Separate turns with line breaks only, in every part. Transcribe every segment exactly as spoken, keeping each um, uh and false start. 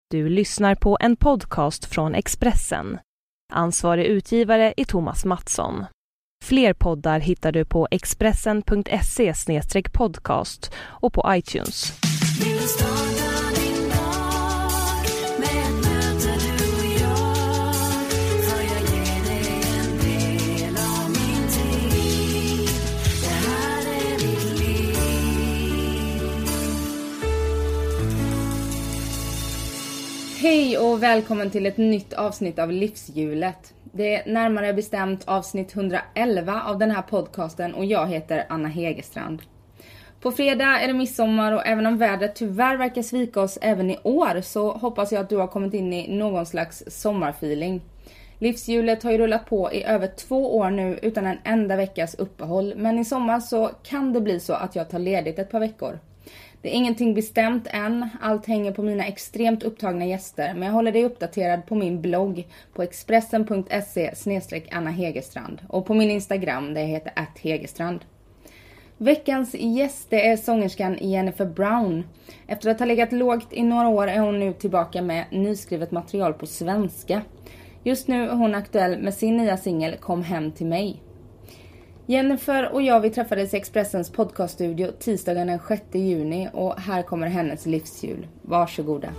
Du lyssnar på en podcast från Expressen. Ansvarig utgivare är Thomas Mattsson. Fler poddar hittar du på expressen punkt se slash podcast och på iTunes.
Hej och välkommen till ett nytt avsnitt av Livshjulet. Det är närmare bestämt avsnitt hundraelva av den här podcasten och jag heter Anna Hegerstrand. På fredag är det midsommar och även om vädret tyvärr verkar svika oss även i år så hoppas jag att du har kommit in i någon slags sommarfeeling. Livshjulet har ju rullat på i över två år nu utan en enda veckas uppehåll, men i sommar så kan det bli så att jag tar ledigt ett par veckor. Det är ingenting bestämt än, allt hänger på mina extremt upptagna gäster, men jag håller dig uppdaterad på min blogg på expressen punkt se slash Anna Hegerstrand och på min Instagram där jag heter at Hegerstrand. Veckans gäst är sångerskan Jennifer Brown. Efter att ha legat lågt i några år är hon nu tillbaka med nyskrivet material på svenska. Just nu är hon aktuell med sin nya singel Kom hem till mig. Jennifer och jag vi träffades i Expressens podcaststudio tisdagen den sjätte juni och här kommer hennes livshjul. Varsågoda.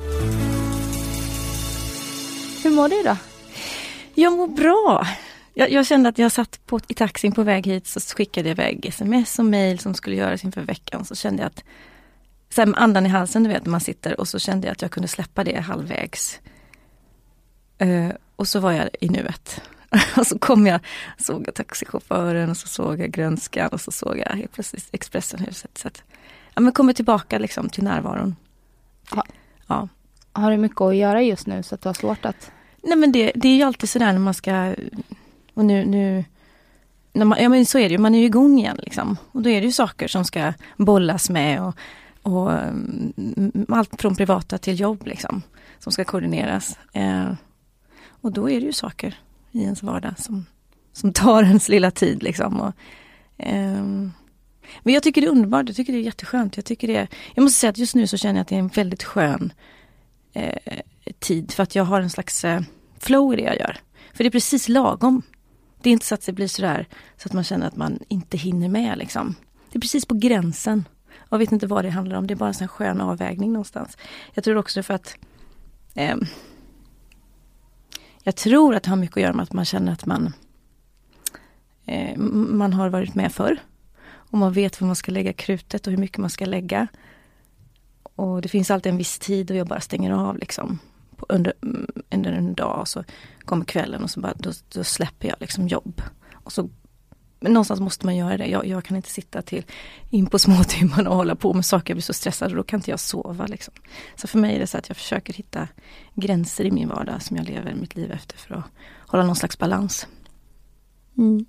Hur mår du då?
Jag mår bra. Jag, jag kände att jag satt på, i taxin på väg hit så skickade jag iväg sms och mejl som skulle göras inför veckan. Så kände jag att, så här med andan i halsen du vet när man sitter och så kände jag att jag kunde släppa det halvvägs. Uh, och så var jag i nuet. Och så kom jag, såg jag taxichauffören och så såg jag grönskan och så såg jag helt plötsligt Expressenhuset. Så att, ja, men kommer tillbaka liksom till närvaron.
Ha,
ja.
Har du mycket att göra just nu så att du har svårt att...
Nej men det, det är ju alltid sådär när man ska, och nu, nu när man, ja men så är det ju, man är ju igång igen liksom. Och då är det ju saker som ska bollas med och, och um, allt från privata till jobb liksom, som ska koordineras. Eh, och då är det ju saker i ens vardag som, som tar ens lilla tid liksom. Och, eh, men jag tycker det är underbart, jag tycker det är jätteskönt. Jag, tycker det är, jag måste säga att just nu så känner jag att det är en väldigt skön eh, tid. För att jag har en slags eh, flow i det jag gör. För det är precis lagom. Det är inte så att det blir sådär så att man känner att man inte hinner med liksom. Det är precis på gränsen. Och jag vet inte vad det handlar om, det är bara en sån skön avvägning någonstans. Jag tror också för att eh, Jag tror att det har mycket att göra med att man känner att man, eh, man har varit med förr. Och man vet var man ska lägga krutet och hur mycket man ska lägga. Och det finns alltid en viss tid och jag bara stänger av liksom. På, under, under en dag och så kommer kvällen och så bara, då, då släpper jag liksom jobb. Och så, men någonstans måste man göra det. Jag, jag kan inte sitta till in på små timmar och hålla på med saker. Jag blir så stressad och då kan inte jag sova liksom. Så för mig är det så att jag försöker hitta gränser i min vardag som jag lever mitt liv efter för att hålla någon slags balans.
Mm.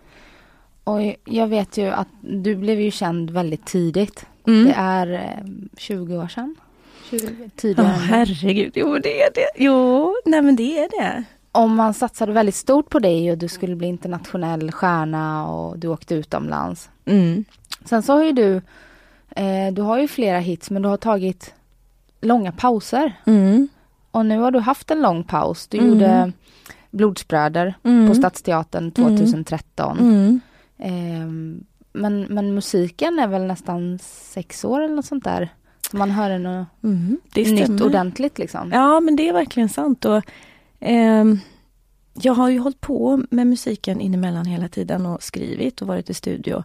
Och jag vet ju att du blev ju känd väldigt tidigt.
Mm.
Det är tjugo år sedan. tjugo, tidigare.
Oh, herregud, jo det är det. Jo, nej men det är det.
Om man satsade väldigt stort på dig och du skulle bli internationell stjärna och du åkte utomlands.
Mm.
Sen så har ju du, eh, du har ju flera hits men du har tagit långa pauser.
Mm.
Och nu har du haft en lång paus. Du
mm.
gjorde Blodsbröder mm. på Stadsteatern tjugohundratretton.
Mm.
Eh, men, men musiken är väl nästan sex år eller något sånt där. Så man hör något
mm. det
nytt ordentligt liksom.
Ja men det är verkligen sant och eh, jag har ju hållit på med musiken inemellan hela tiden och skrivit och varit i studio.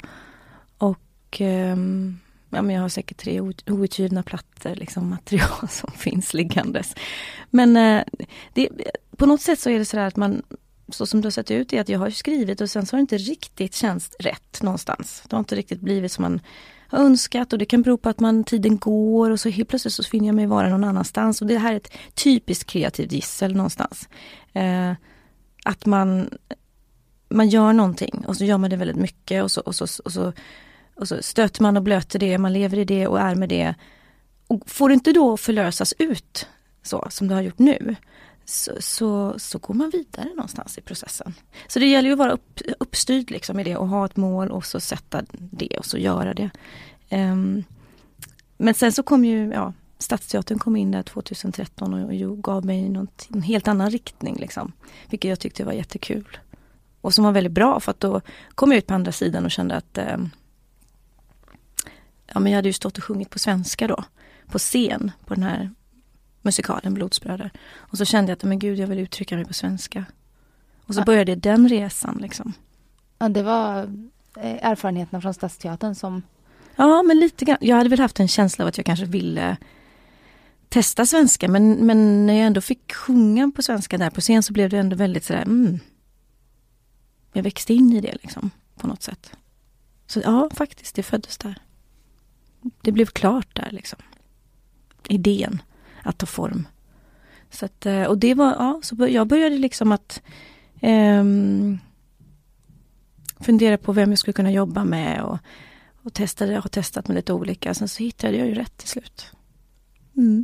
Och eh, ja, men jag har säkert tre outgivna plattor, liksom material som finns liggandes. Men eh, det, på något sätt så är det så där att man, så som det har sett ut är att jag har skrivit och sen så har det inte riktigt känts rätt någonstans. Det har inte riktigt blivit som man har önskat och det kan bero på att man, tiden går och så helt plötsligt så finner jag mig vara någon annanstans. Och det här är ett typiskt kreativt gissel någonstans. Eh, att man, man gör någonting och så gör man det väldigt mycket och så, och så, och så, och så stöter man och blöter det, man lever i det och är med det. Och får det inte då förlösas ut så som det har gjort nu så, så, så går man vidare någonstans i processen. Så det gäller ju att vara upp, uppstyrd liksom i det och ha ett mål och så sätta det och så göra det. Um, men sen så kom ju, ja, Stadsteatern kom in där tjugohundratretton och, och gav mig något, en helt annan riktning liksom. Vilket jag tyckte var jättekul. Och som var väldigt bra för att då kom jag ut på andra sidan och kände att eh, ja, men jag hade ju stått och sjungit på svenska då. På scen på den här musikalen Blodsbröder. Och så kände jag att men gud, jag vill uttrycka mig på svenska. Och så började den resan liksom.
Ja, det var erfarenheterna från Stadsteatern som...
Ja, men lite grann. Jag hade väl haft en känsla av att jag kanske ville testa svenska. Men, men när jag ändå fick sjunga på svenska där på scen så blev det ändå väldigt sådär... Mm, jag växte in i det liksom, på något sätt. Så ja, faktiskt, det föddes där. Det blev klart där liksom. Idén att ta form. Så att, och det var, ja, så jag började liksom att um, fundera på vem jag skulle kunna jobba med och, och testade, jag har testat med lite olika. Sen så hittade jag ju rätt till slut. Mm.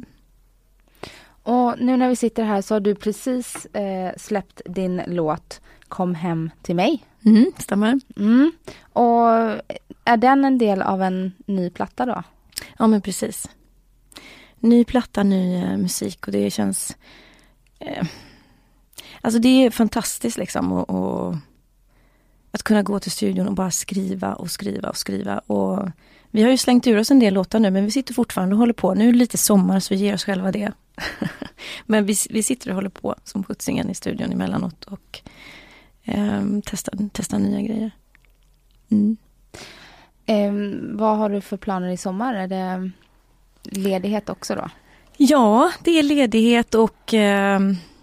Och nu när vi sitter här så har du precis eh, släppt din låt Kom hem till mig.
Mm, stämmer.
Mm. Och är den en del av en ny platta då?
Ja, men precis. Ny platta, ny eh, musik och det känns... Eh, alltså det är fantastiskt liksom och, och att kunna gå till studion och bara skriva och skriva och skriva. Och vi har ju slängt ur oss en del låtar nu men vi sitter fortfarande och håller på. Nu är det lite sommar så vi ger oss själva det. Men vi, vi sitter och håller på som putsingen i studion emellanåt och eh, testar, testar nya grejer. Mm.
Eh, vad har du för planer i sommar? Är det ledighet också då?
Ja, det är ledighet och eh,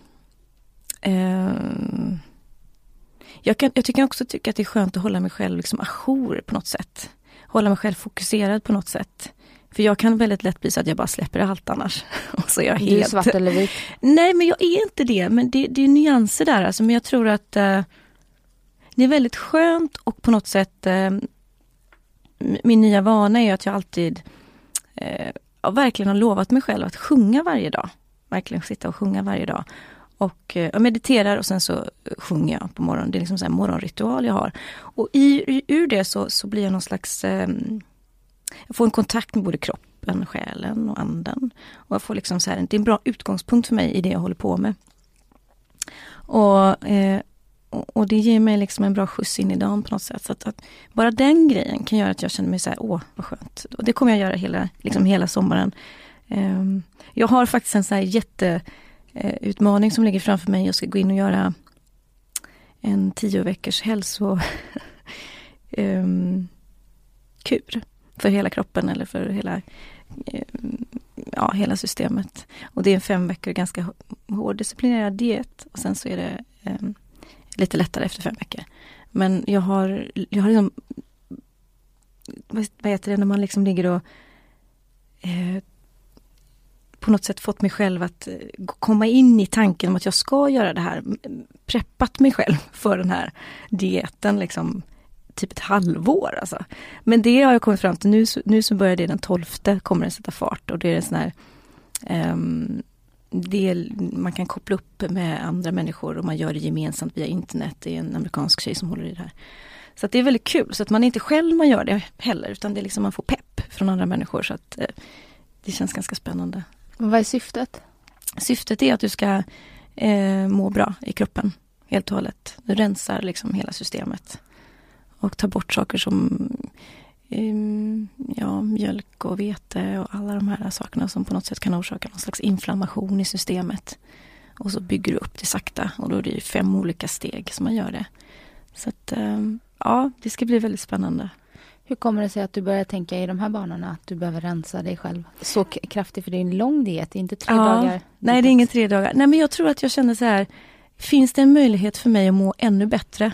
eh, jag, kan, jag tycker också tycka att det är skönt att hålla mig själv liksom ajour på något sätt. Hålla mig själv fokuserad på något sätt. För jag kan väldigt lätt bli så att jag bara släpper allt annars. Och så är jag helt...
Du är svart eller vit?
Nej, men jag är inte det. Men det, det är nyanser där. Alltså, men jag tror att eh, det är väldigt skönt och på något sätt eh, min nya vana är att jag alltid eh, jag verkligen har lovat mig själv att sjunga varje dag. Verkligen sitta och sjunga varje dag. Och jag mediterar och sen så sjunger jag på morgonen. Det är liksom så här morgonritual jag har. Och i, ur det så, så blir jag någon slags... Eh, jag får en kontakt med både kroppen, själen och anden. Och jag får liksom så här, det är en bra utgångspunkt för mig i det jag håller på med. Och, eh, och det ger mig liksom en bra skjuts in i dagen på något sätt. Så att, att bara den grejen kan göra att jag känner mig så här, åh vad skönt. Och det kommer jag göra hela, liksom hela sommaren. Eh, jag har faktiskt en så här jätte... Eh, utmaning som ligger framför mig. Jag ska gå in och göra en tio veckors hälso um, kur för hela kroppen eller för hela um, ja, hela systemet. Och det är en fem veckor ganska hård disciplinerad diet och sen så är det um, lite lättare efter fem veckor. Men jag har jag har liksom vad, vad heter det när man liksom ligger och eh, på något sätt fått mig själv att komma in i tanken om att jag ska göra det här. Preppat mig själv för den här dieten liksom typ ett halvår alltså. Men det har jag kommit fram till nu, nu så börjar det den tolfte kommer den sätta fart och det är en sån här um, del man kan koppla upp med andra människor och man gör det gemensamt via internet. Det är en amerikansk tjej som håller i det här. Så att det är väldigt kul så att man är inte själv man gör det heller utan det är liksom man får pepp från andra människor så att uh, det känns ganska spännande.
Vad är syftet?
Syftet är att du ska eh, må bra i kroppen helt och hållet. Du rensar liksom hela systemet och tar bort saker som eh, ja, mjölk och vete och alla de här sakerna som på något sätt kan orsaka någon slags inflammation i systemet. Och så bygger du upp det sakta och då är det fem olika steg som man gör det. Så att eh, ja, det ska bli väldigt spännande.
Hur kommer det sig att du börjar tänka i de här banorna att du behöver rensa dig själv så k- kraftigt för det är en lång diet, det är inte tre
ja,
dagar.
Nej, det är inga tre dagar. Nej, men jag tror att jag känner så här, finns det en möjlighet för mig att må ännu bättre?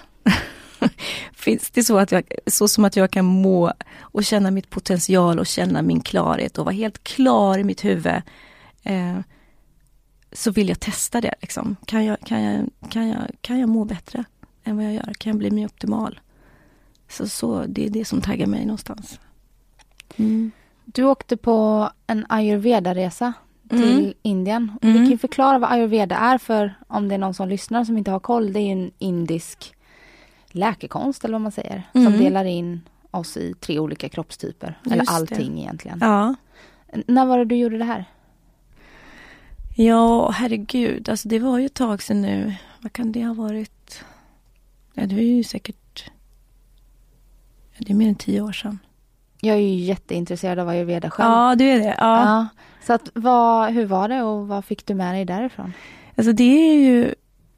Finns det så att jag, så som att jag kan må och känna mitt potential och känna min klarhet och vara helt klar i mitt huvud eh, så vill jag testa det liksom. Kan jag, kan jag, kan jag, kan jag må bättre än vad jag gör? Kan jag bli mer optimal? Så, så det är det som taggar mig någonstans. Mm.
Du åkte på en ayurveda-resa till mm. Indien. Och
Mm.
vi kan förklara vad ayurveda är för om det är någon som lyssnar som inte har koll. Det är en indisk läkekonst eller vad man säger.
Mm.
Som delar in oss i tre olika kroppstyper.
Just
eller allting
det.
egentligen.
Ja.
När var det du gjorde det här?
Ja, herregud. Alltså det var ju ett tag sedan nu. Vad kan det ha varit? Ja, det är ju säkert... Ja, det är mer än tio år sedan.
Jag är ju jätteintresserad av ayurveda själv.
Ja, du är det. Ja.
Ja. Så att, vad, hur var det och vad fick du med dig därifrån?
Alltså det är ju...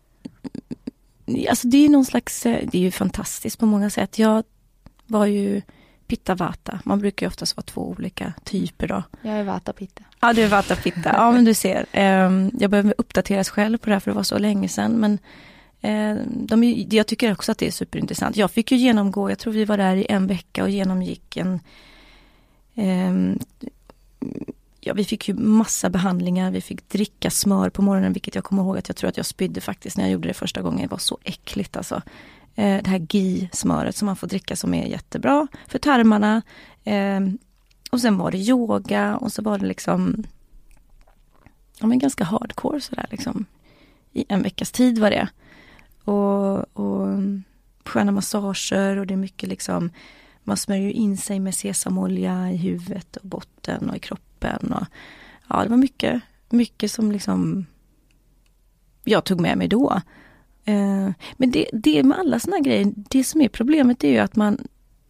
Alltså det är någon slags... Det är ju fantastiskt på många sätt. Jag var ju pitta vata. Man brukar ju oftast vara två olika typer då.
Jag är vata pitta.
Ja, du är vata pitta. Ja, men du ser. Um, jag behöver uppdateras själv på det här för det var så länge sedan. Men uh, de, jag tycker också att det är superintressant. Jag fick ju genomgå, jag tror vi var där i en vecka och genomgick en... Um, ja, vi fick ju massa behandlingar. Vi fick dricka smör på morgonen, vilket jag kommer ihåg att jag tror att jag spydde faktiskt när jag gjorde det första gången. Det var så äckligt alltså. Det här ghee-smöret som man får dricka som är jättebra för tarmarna. Och sen var det yoga och så var det liksom ja, men ganska hardcore sådär liksom. I en veckas tid var det. Och, och sköna massager och det är mycket liksom, man smörjer ju in sig med sesamolja i huvudet och botten och i kroppen. Och, ja, det var mycket, mycket som liksom jag tog med mig då. Uh, men det, det med alla såna grejer, det som är problemet är ju att man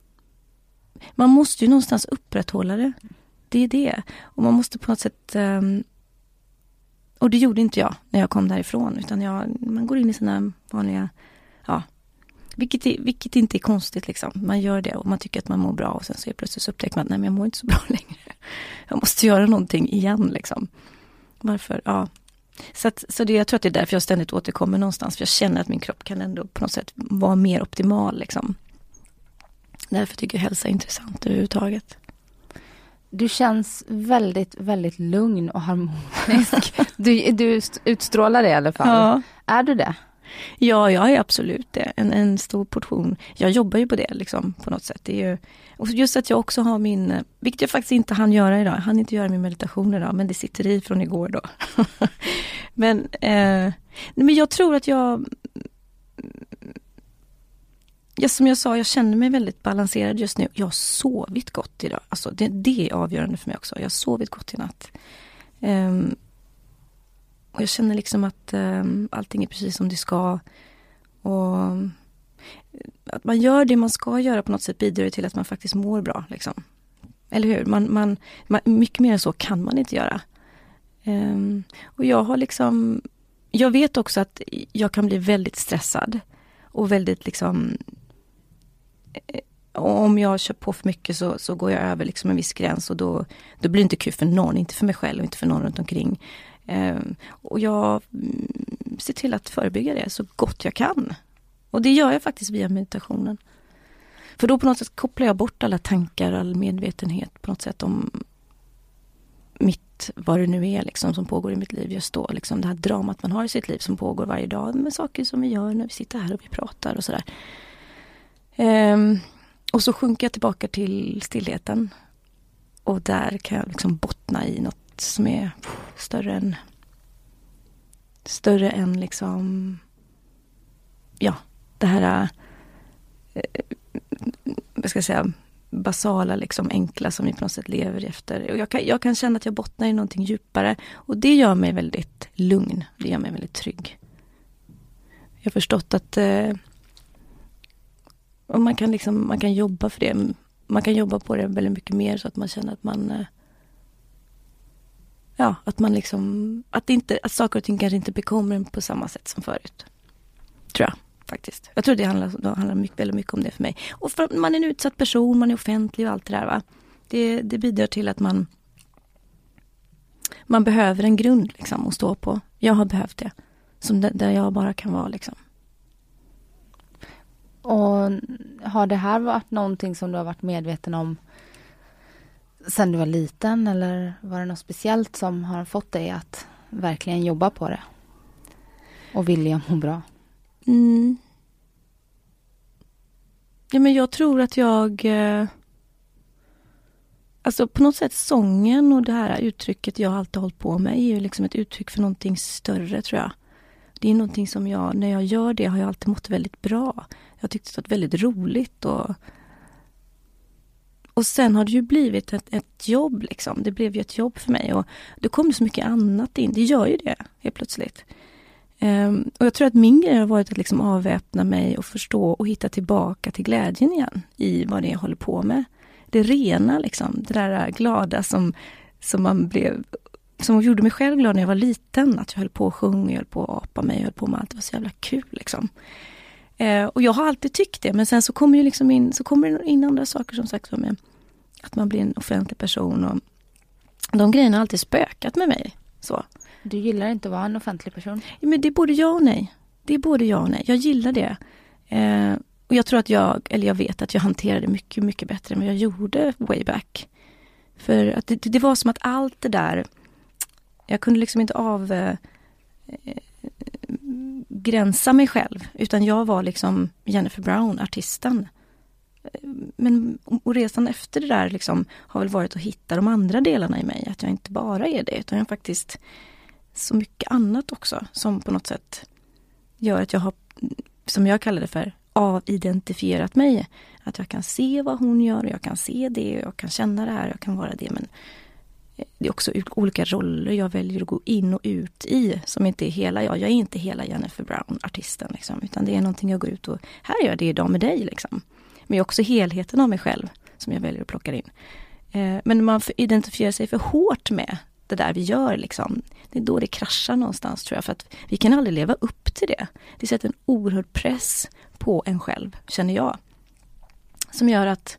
man måste ju någonstans upprätthålla det. Det är det. Och man måste på något sätt um, och det gjorde inte jag när jag kom därifrån, utan jag, man går in i sina vanliga ja, vilket, är, vilket inte är konstigt liksom. Man gör det och man tycker att man mår bra och sen så är plötsligt så upptäcker man att nej, men jag mår inte så bra längre. Jag måste göra någonting igen liksom. Varför? Ja. Så, att, så det, jag tror att det är därför jag ständigt återkommer någonstans. För jag känner att min kropp kan ändå på något sätt vara mer optimal. Liksom. Därför tycker jag hälsa är intressant överhuvudtaget.
Du känns väldigt, väldigt lugn och harmonisk. du, du utstrålar det i alla fall.
Ja.
Är du det?
Ja, jag är absolut det. En, en stor portion. Jag jobbar ju på det liksom, på något sätt. Det är ju, och just att jag också har min, vilket jag faktiskt inte hann göra idag. Jag hann inte göra min meditation idag, men det sitter i från igår då. men, eh, men jag tror att jag, ja, som jag sa, jag känner mig väldigt balanserad just nu. Jag har sovit gott idag. Alltså det, det är avgörande för mig också. Jag har sovit gott i natt. Um, Och jag känner liksom att um, allting är precis som det ska. Och att man gör det man ska göra på något sätt bidrar till att man faktiskt mår bra. Liksom. Eller hur? Man, man, man, mycket mer än så kan man inte göra. Um, och jag har liksom... Jag vet också att jag kan bli väldigt stressad. Och väldigt liksom... Om jag kör på för mycket så, så går jag över liksom en viss gräns. Och då, då blir det inte kul för någon. Inte för mig själv och inte för någon runt omkring. Um, och jag mm, ser till att förebygga det så gott jag kan. Och det gör jag faktiskt via meditationen. För då på något sätt kopplar jag bort alla tankar, all medvetenhet på något sätt om mitt, vad det nu är liksom, som pågår i mitt liv just då. Liksom det här dramat man har i sitt liv som pågår varje dag. Med saker som vi gör när vi sitter här och vi pratar och sådär. Um, och så sjunker jag tillbaka till stillheten. Och där kan jag liksom bottna i något som är större än större än liksom ja, det här eh, vad ska jag säga basala, liksom enkla som vi på något sätt lever efter. Och jag kan, jag kan känna att jag bottnar i någonting djupare och det gör mig väldigt lugn. Det gör mig väldigt trygg. Jag har förstått att eh, och man kan liksom, man kan jobba för det. Man kan jobba på det väldigt mycket mer så att man känner att man eh, ja, att man liksom, att inte, att saker och ting kanske inte bekommer på samma sätt som förut. Tror jag faktiskt. Jag tror det handlar, det handlar mycket, väldigt mycket om det för mig. Och för man är en utsatt person, man är offentlig och allt det där va. Det, det bidrar till att man man behöver en grund liksom att stå på. Jag har behövt det. Som där, där jag bara kan vara liksom.
Och har det här varit någonting som du har varit medveten om sen du var liten, eller var det något speciellt som har fått dig att verkligen jobba på det och vilja må bra?
Mm. Ja, men jag tror att jag eh, alltså på något sätt sången och det här uttrycket jag alltid hållit på med är ju liksom ett uttryck för någonting större, tror jag. Det är någonting som jag, när jag gör det har jag alltid mått väldigt bra. Jag tyckte det var väldigt roligt och Och sen har det ju blivit ett, ett jobb liksom. Det blev ju ett jobb för mig och det kom så mycket annat in. Det gör ju det helt plötsligt. Um, och jag tror att min grej har varit att liksom avväpna mig och förstå och hitta tillbaka till glädjen igen i vad det är jag håller på med. Det rena liksom, det där glada som, som man blev, som gjorde mig själv glad när jag var liten. Att jag höll på att sjunga, jag höll på att apa mig, jag höll på med allt. Det var så jävla kul liksom. Uh, och jag har alltid tyckt det, men sen så kommer ju liksom in, så kommer det in andra saker som sagt med att man blir en offentlig person och de grejerna har alltid spökat med mig. Så.
Du gillar inte att vara en offentlig person?
Ja, men det är både ja och nej. Det är både ja och nej. Jag gillar det. Uh, och jag tror att jag, eller jag vet att jag hanterade mycket, mycket bättre än vad jag gjorde way back. För att det, det var som att allt det där, jag kunde liksom inte av eh, gränsa mig själv. Utan jag var liksom Jennifer Brown, artisten. Men och resan efter det där liksom har väl varit att hitta de andra delarna i mig. Att jag inte bara är det, utan jag faktiskt så mycket annat också. Som på något sätt gör att jag har, som jag kallar det för, avidentifierat mig. Att jag kan se vad hon gör och jag kan se det och jag kan känna det här, jag kan vara det. Men det är också olika roller jag väljer att gå in och ut i som inte är hela jag. Jag är inte hela Jennifer Brown, artisten liksom, utan det är någonting jag går ut och här gör det idag med dig liksom. Men jag också helheten av mig själv som jag väljer att plocka in. Eh, men man identifierar sig för hårt med det där vi gör liksom. Det är då det kraschar någonstans tror jag, för att vi kan aldrig leva upp till det. Det sätter en oerhörd press på en själv, känner jag. Som gör att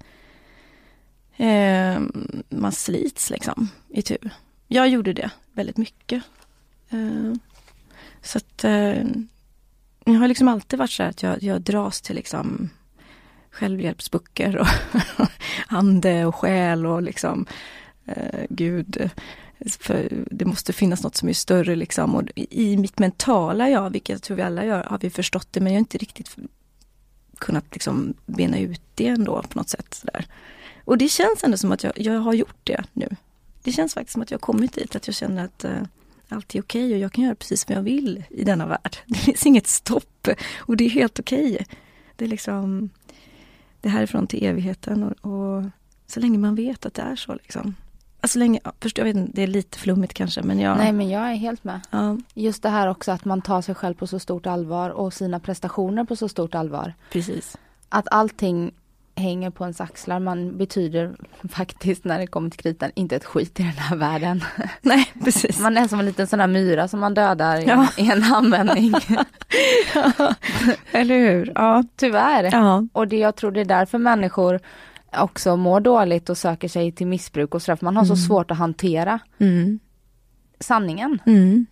eh, man slits liksom i tur. Jag gjorde det väldigt mycket. Eh, så att eh, jag har liksom alltid varit så här att jag, jag dras till liksom självhjälpsböcker och ande och själ och liksom eh, Gud. För det måste finnas något som är större liksom. Och i mitt mentala jag, vilket jag tror vi alla gör, har vi förstått det, men jag har inte riktigt kunnat liksom bena ut det ändå på något sätt. Så där. Och det känns ändå som att jag, jag har gjort det nu. Det känns faktiskt som att jag har kommit dit, att jag känner att uh, allt är okej och jag kan göra precis vad jag vill i denna värld. Det finns inget stopp och det är helt okej. Det är liksom det härifrån till evigheten och, och så länge man vet att det är så liksom. Alltså länge, först, jag vet inte, det är lite flummigt kanske, men jag...
Nej, men jag är helt med.
Ja.
Just det här också att man tar sig själv på så stort allvar och sina prestationer på så stort allvar.
Precis.
Att allting hänger på ens axlar. Man betyder faktiskt när det kommer till kritan inte ett skit i den här världen.
Nej, precis.
Man är som en liten sån här myra som man dödar
ja.
i en användning.
Ja. Eller hur? Ja.
Tyvärr.
Ja.
Och det, jag tror det är därför människor också mår dåligt och söker sig till missbruk och så, för man har mm. så svårt att hantera
mm.
sanningen.
Mm.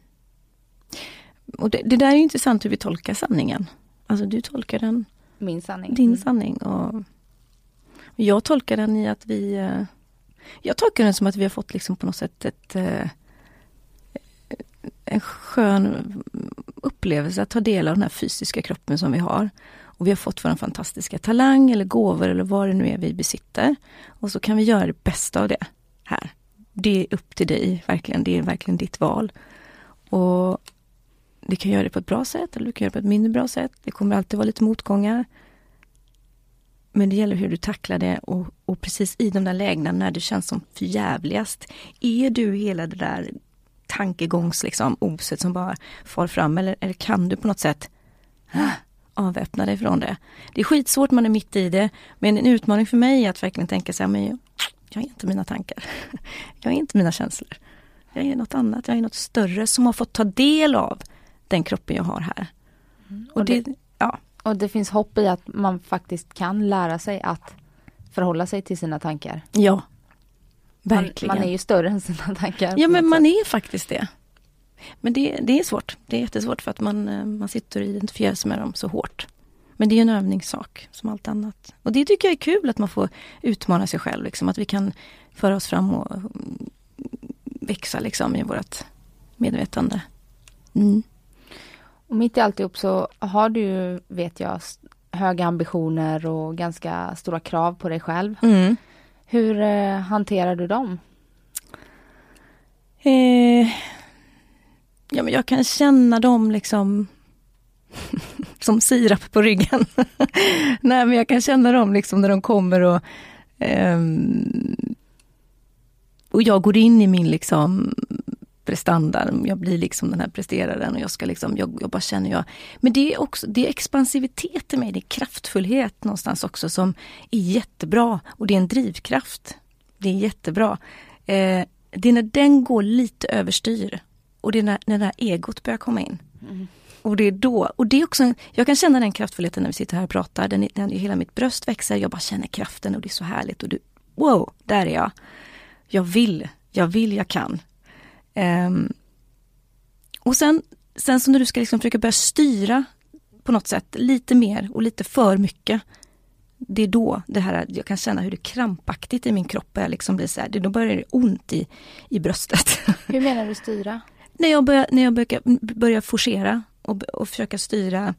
Och det, det där är ju intressant hur vi tolkar sanningen. Alltså du tolkar den.
Min sanning.
Din
mm.
sanning. Och jag tolkar den i att vi... Jag tolkar den som att vi har fått liksom på något sätt ett, en skön upplevelse att ta del av den här fysiska kroppen som vi har. Och vi har fått vår fantastiska talang eller gåvor eller vad det nu är vi besitter. Och så kan vi göra det bästa av det här. Det är upp till dig, verkligen. Det är verkligen ditt val. Och du kan göra det på ett bra sätt eller du kan göra det på ett mindre bra sätt. Det kommer alltid vara lite motgångar. Men det gäller hur du tacklar det. Och, och precis i de där lägena när det känns som förjävligast. Är du hela det där tankegångs liksom, oset som bara far fram? Eller, eller kan du på något sätt... avväpna dig från det. Det är skitsvårt, man är mitt i det. Men en utmaning för mig är att verkligen tänka sig, men jag, jag är inte mina tankar. Jag är inte mina känslor. Jag är något annat. Jag är något större som har fått ta del av den kroppen jag har här.
Mm. Och,
och, det,
det,
ja.
och det finns hopp i att man faktiskt kan lära sig att förhålla sig till sina tankar.
Ja, verkligen.
Man, man är ju större än sina tankar.
Ja, men man sätt. är faktiskt det. Men det, det är svårt. Det är jättesvårt för att man, man sitter och identifierar sig med dem så hårt. Men det är en övningssak som allt annat. Och det tycker jag är kul att man får utmana sig själv. Liksom, att vi kan föra oss fram och växa liksom, i vårt medvetande. Mm.
Och mitt i alltihop så har du, vet jag, höga ambitioner och ganska stora krav på dig själv.
Mm.
Hur eh, hanterar du dem?
Eh... Ja, men jag kan känna dem liksom som sirap på ryggen. Nej, men jag kan känna dem liksom när de kommer och Um, och jag går in i min liksom prestanda. Jag blir liksom den här presteraren och jag ska liksom, jag, jag bara känner jag. Men det är också, det är expansivitet i mig, det är kraftfullhet någonstans också som är jättebra. Och det är en drivkraft. Det är jättebra. Eh, det är när den går lite överstyr. Och det är när, när det här egot börjar komma in. Mm. Och det är då, och det är också, en, jag kan känna den kraftfullheten när vi sitter här och pratar. Den, den, hela mitt bröst växer, jag bara känner kraften och det är så härligt. Och du, wow, där är jag. Jag vill, jag vill, jag kan. Um, och sen, sen så när du ska liksom försöka börja styra på något sätt lite mer och lite för mycket. Det är då det här, jag kan känna hur det krampaktigt i min kropp är liksom blir så här, det, då börjar det ont i, i bröstet.
Hur menar du styra?
när jag börjar, när jag börjar, börjar forcera och, och försöka styra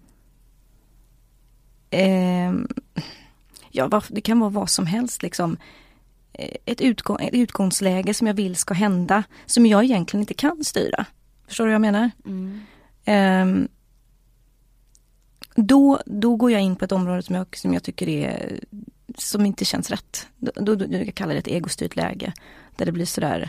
eh, ja, det kan vara vad som helst liksom. Ett, utgång, ett utgångsläge som jag vill ska hända som jag egentligen inte kan styra. Förstår du vad jag menar? Mm. Um, då, då går jag in på ett område som jag, som jag tycker är som inte känns rätt. Då, då, då jag kallar det ett egostyrt läge där det blir sådär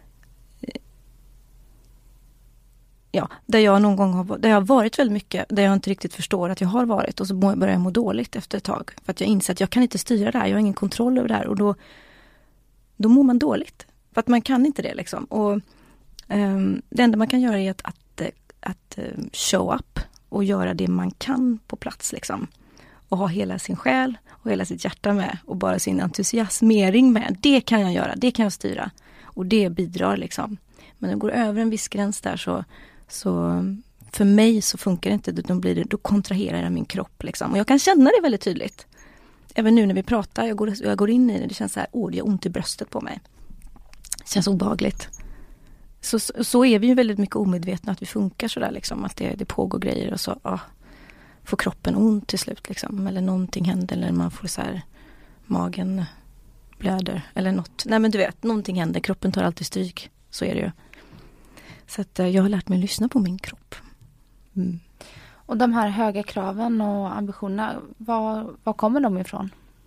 ja, där jag någon gång har, där jag har varit väldigt mycket, där jag inte riktigt förstår att jag har varit och så börjar jag må dåligt efter ett tag för att jag inser att jag kan inte styra det här, jag har ingen kontroll över det här och då då mår man dåligt. För att man kan inte det liksom. Och um, det enda man kan göra är att, att, att uh, show up och göra det man kan på plats liksom. Och ha hela sin själ och hela sitt hjärta med och bara sin entusiasmering med. Det kan jag göra, det kan jag styra. Och det bidrar liksom. Men när det går över en viss gräns där så, så för mig så funkar det inte. Då, blir det, då kontraherar jag min kropp liksom. Och jag kan känna det väldigt tydligt. Även nu när vi pratar, jag går, jag går in i det, det känns så här, åh, det gör ont i bröstet på mig. Det känns obehagligt. Så, så, så är vi ju väldigt mycket omedvetna att vi funkar sådär liksom, att det, det pågår grejer och så ah, får kroppen ont till slut liksom, eller någonting händer, eller man får så här, magen blöder, eller något. Nej men du vet, någonting händer, kroppen tar alltid stryk, så är det ju. Så att jag har lärt mig att lyssna på min kropp. Mm.
Och de här höga kraven och ambitionerna, var, var kommer de ifrån?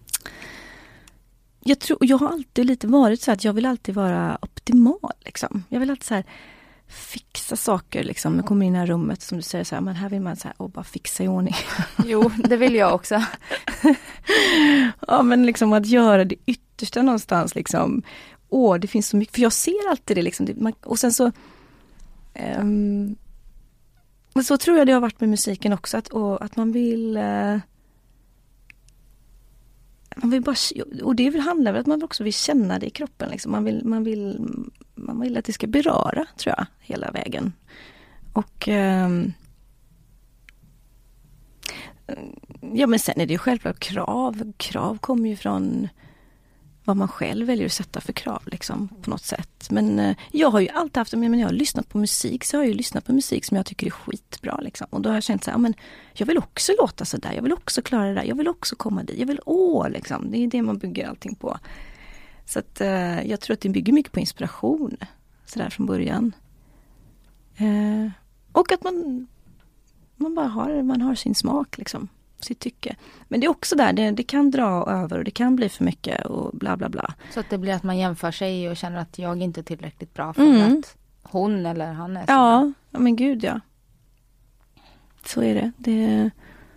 Jag tror, jag har alltid lite varit så att jag vill alltid vara optimal liksom. Jag vill alltid så här fixa saker liksom. Jag kommer in i det här rummet som du säger så här, men här vill man så här, och bara fixa i ordning.
Jo, det vill jag också.
Ja, men liksom att göra det yttersta någonstans liksom. Åh, det finns så mycket, för jag ser alltid det liksom. Det, man, och sen så um, men så tror jag det har varit med musiken också, att, och, att man vill uh, man vill bara, och det handlar väl att man också vill känna det i kroppen liksom. Man vill, man vill, man vill att det ska beröra, tror jag, hela vägen. Och um, ja, men sen är det ju självklart krav. Krav kommer ju från vad man själv väljer att sätta för krav liksom, på något sätt. Men eh, jag har ju alltid haft, men jag har lyssnat på musik, så har jag ju lyssnat på musik som jag tycker är skitbra liksom. Och då har jag känt så här, men jag vill också låta så där, jag vill också klara det där, jag vill också komma dit, jag vill, åh liksom, det är det man bygger allting på. Så att eh, jag tror att det bygger mycket på inspiration, så där från början. Eh, och att man man bara har, man har sin smak liksom. Sitt tycke. Men det är också där, det, det kan dra över och det kan bli för mycket och bla bla bla.
Så att det blir att man jämför sig och känner att jag inte är tillräckligt bra för
mm.
att hon eller han är så
ja,
bra.
Ja, men gud ja. Så är det. Det,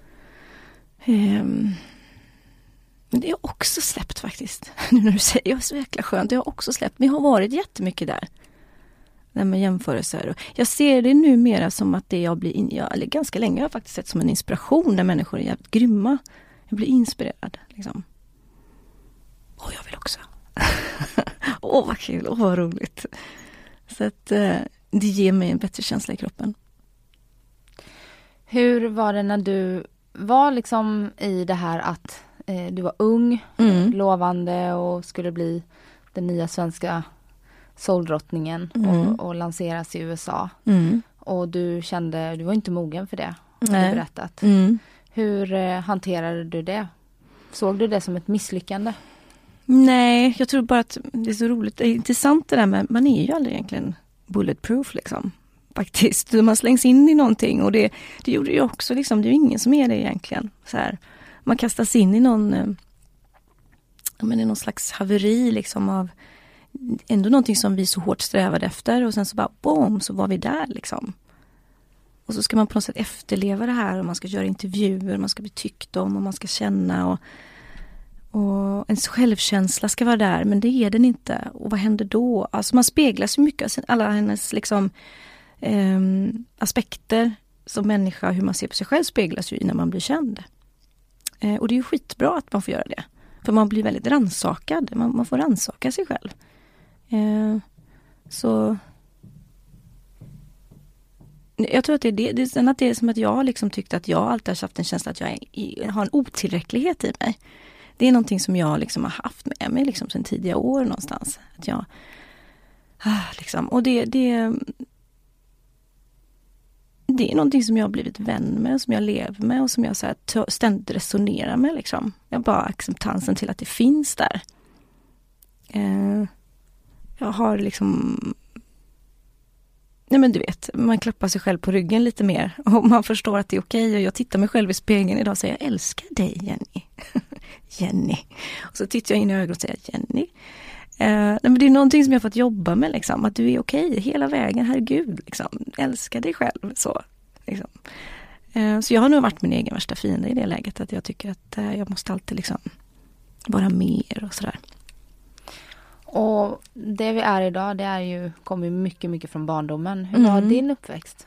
um, det är också släppt faktiskt. Nu när du säger det, är så jäkla skönt. Det har också släppt. Vi har varit jättemycket där. När man jämförelser. Jag ser det numera som att det jag blir, in, jag, eller ganska länge har jag faktiskt sett som en inspiration där människor är jävligt grymma. Jag blir inspirerad liksom. Åh, jag vill också. Åh, vad kul, åh, vad roligt. Så att eh, det ger mig en bättre känsla i kroppen.
Hur var det när du var liksom i det här att eh, du var ung,
mm.
lovande och skulle bli den nya svenska soldrottningen
mm.
och, och lanseras i U S A.
Mm.
Och du kände, du var inte mogen för det, har
Nej.
du berättat.
Mm.
Hur eh, hanterade du det? Såg du det som ett misslyckande?
Nej, jag tror bara att det är så roligt. Det är intressant det där med, man är ju aldrig egentligen bulletproof liksom. Faktiskt. Man slängs in i någonting och det, det gjorde jag också liksom. Det är ju ingen som är det egentligen. Så här. Man kastas in i någon ja, men det är någon slags haveri liksom av ändå någonting som vi så hårt strävade efter och sen så bara boom, så var vi där liksom. Och så ska man på något sätt efterleva det här och man ska göra intervjuer, man ska bli tyckt om och man ska känna och, och ens självkänsla ska vara där, men det är den inte. Och vad händer då? Alltså man speglas ju mycket av alla hennes liksom eh, aspekter som människa, hur man ser på sig själv speglas ju innan man blir känd. Eh, och det är ju skitbra att man får göra det. För man blir väldigt rannsakad, man, man får rannsaka sig själv. Eh, så jag tror att det är det. Det är, sen att det är som att jag liksom tyckte att jag alltid har haft en känsla att jag, är, jag har en otillräcklighet i mig. Det är någonting som jag liksom har haft med mig liksom sedan tidiga år någonstans. Att jag, ah, liksom, och det, det, det är någonting som jag har blivit vän med, som jag lever med och som jag så här, t- ständigt resonerar med. Liksom. Jag bara acceptansen till att det finns där. Eh, jag har liksom... Nej men du vet, man klappar sig själv på ryggen lite mer och man förstår att det är okej och jag tittar mig själv i spegeln idag och säger jag älskar dig Jenny. Jenny. Och så tittar jag in i ögonen och säger Jenny. Eh, nej men det är någonting som jag har fått jobba med liksom, att du är okej hela vägen, herregud liksom, älskar dig själv så. Liksom. Eh, så jag har nog varit min egen värsta fiende i det läget att jag tycker att eh, jag måste alltid liksom vara mer och sådär.
Och det vi är idag, det är ju, kommer ju mycket, mycket från barndomen. Hur
Mm.
var din uppväxt?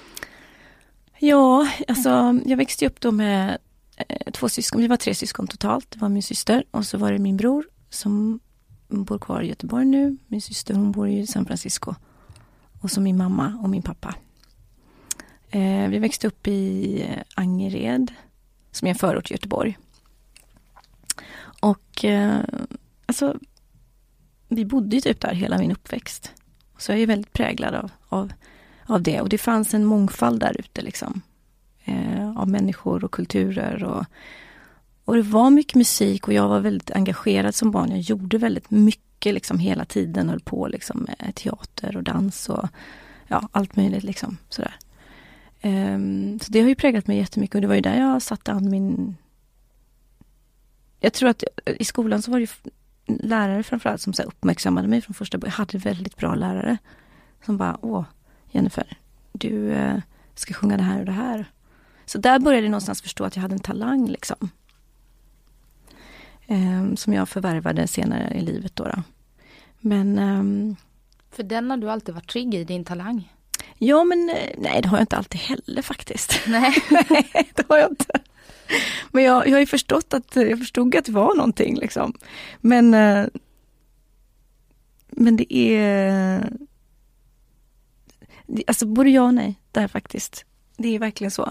Ja, alltså jag växte upp då med eh, två syskon. Vi var tre syskon totalt. Det var min syster och så var det min bror som bor kvar i Göteborg nu. Min syster hon bor i San Francisco. Och så min mamma och min pappa. Eh, vi växte upp i eh, Angered som är en förort i Göteborg. Och eh, alltså vi bodde ju typ där hela min uppväxt. Så jag är väldigt präglad av, av, av det. Och det fanns en mångfald där ute liksom. Eh, av människor och kulturer. Och, och det var mycket musik och jag var väldigt engagerad som barn. Jag gjorde väldigt mycket liksom hela tiden. Höll på liksom med teater och dans och ja, allt möjligt liksom. Sådär. Eh, så det har ju präglat mig jättemycket. Och det var ju där jag satte an min... Jag tror att i skolan så var det ju lärare framförallt som så här uppmärksammade mig från första början. Jag hade väldigt bra lärare som bara, åh Jennifer, du eh, ska sjunga det här och det här. Så där började jag någonstans förstå att jag hade en talang liksom. Eh, som jag förvärvade senare i livet då. då. Men... Ehm,
För den har du alltid varit trygg i, din talang.
Ja men nej, det har jag inte alltid heller faktiskt.
Nej,
nej det har jag inte. Men jag, jag har ju förstått att jag förstod att det var någonting liksom. Men men det är det, alltså både ja och nej där faktiskt. Det är verkligen så.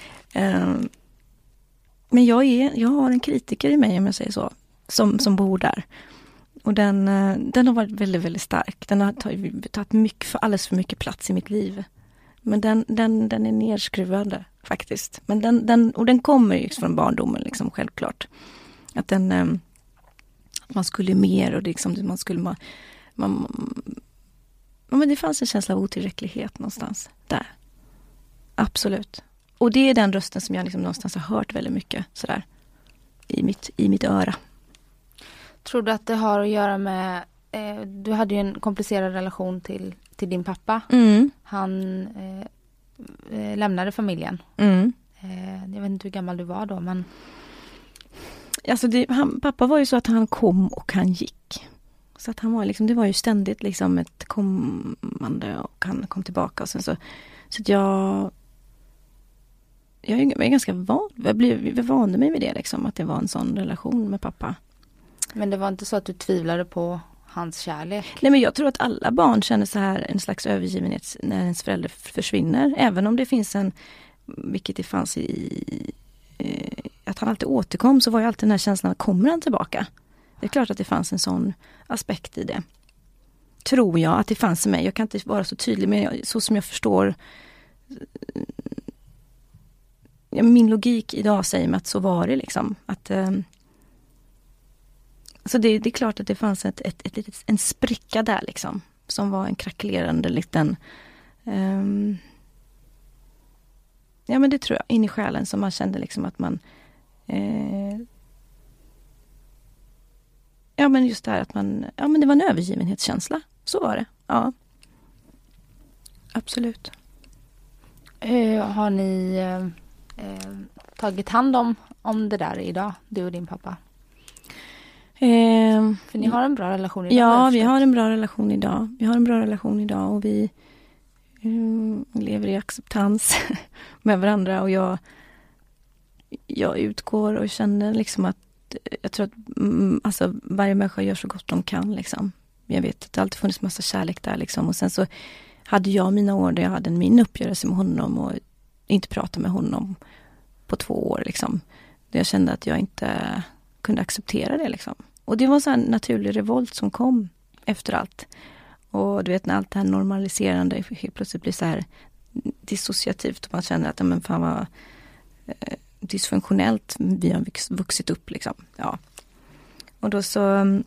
Men jag är jag har en kritiker i mig om jag säger så som som bor där. Och den den har varit väldigt väldigt stark. Den har tagit, tagit mycket för alldeles för mycket plats i mitt liv. Men den, den, den är nedskruvande faktiskt. Men den, den, och den kommer ju från barndomen liksom, självklart. Att den, eh, man skulle mer och det, liksom, man skulle... Man, man, men det fanns en känsla av otillräcklighet någonstans där. Absolut. Och det är den rösten som jag liksom någonstans har hört väldigt mycket sådär. I mitt, i mitt öra.
Tror du att det har att göra med... Eh, du hade ju en komplicerad relation till... till din pappa.
Mm.
Han eh, lämnade familjen.
Mm.
Eh, jag vet inte hur gammal du var då, men...
Alltså det, han, pappa var ju så att han kom och han gick. Så att han var liksom, det var ju ständigt liksom ett kommande och han kom tillbaka. Och sen så, så att jag... Jag är, jag är ganska van. Jag, blev, jag vande mig vid det liksom, att det var en sån relation med pappa.
Men det var inte så att du tvivlade på hans kärlek?
Nej, men jag tror att alla barn känner så här en slags övergivenhet när ens förälder försvinner. Även om det finns en, vilket det fanns i, eh, att han alltid återkom, så var ju alltid den här känslan, kommer han tillbaka? Det är klart att det fanns en sån aspekt i det. Tror jag att det fanns i mig. Jag kan inte vara så tydlig, men jag, så som jag förstår, ja, min logik idag säger mig att så var det liksom. Att... Eh, Så det, det är klart att det fanns ett, ett, ett, ett, en spricka där liksom. Som var en krackelerande liten... Um, ja men det tror jag. In i själen som man kände liksom att man... Eh, ja men just det här att man, ja men det var en övergivenhetskänsla. Så var det, ja. Absolut.
Uh, har ni uh, tagit hand om, om det där idag, du och din pappa?
Uh,
För ni har en bra relation idag?
Ja, vi har en bra relation idag. Vi har en bra relation idag och vi uh, lever i acceptans med varandra. Och jag, jag utgår och känner liksom att jag tror att mm, alltså, varje människa gör så gott de kan. Liksom. Jag vet att det alltid funnits massa kärlek där. Liksom. Och sen så hade jag mina år där jag hade min uppgörelse med honom och inte pratade med honom på två år. Liksom. Där jag kände att jag inte kunde acceptera det. Liksom. Och det var så en naturlig revolt som kom efter allt. Och du vet när allt det här normaliserande helt plötsligt blir så här dissociativt. Och man känner att men fan vad eh, dysfunktionellt vi har vuxit upp. Liksom. Ja. Och då så um,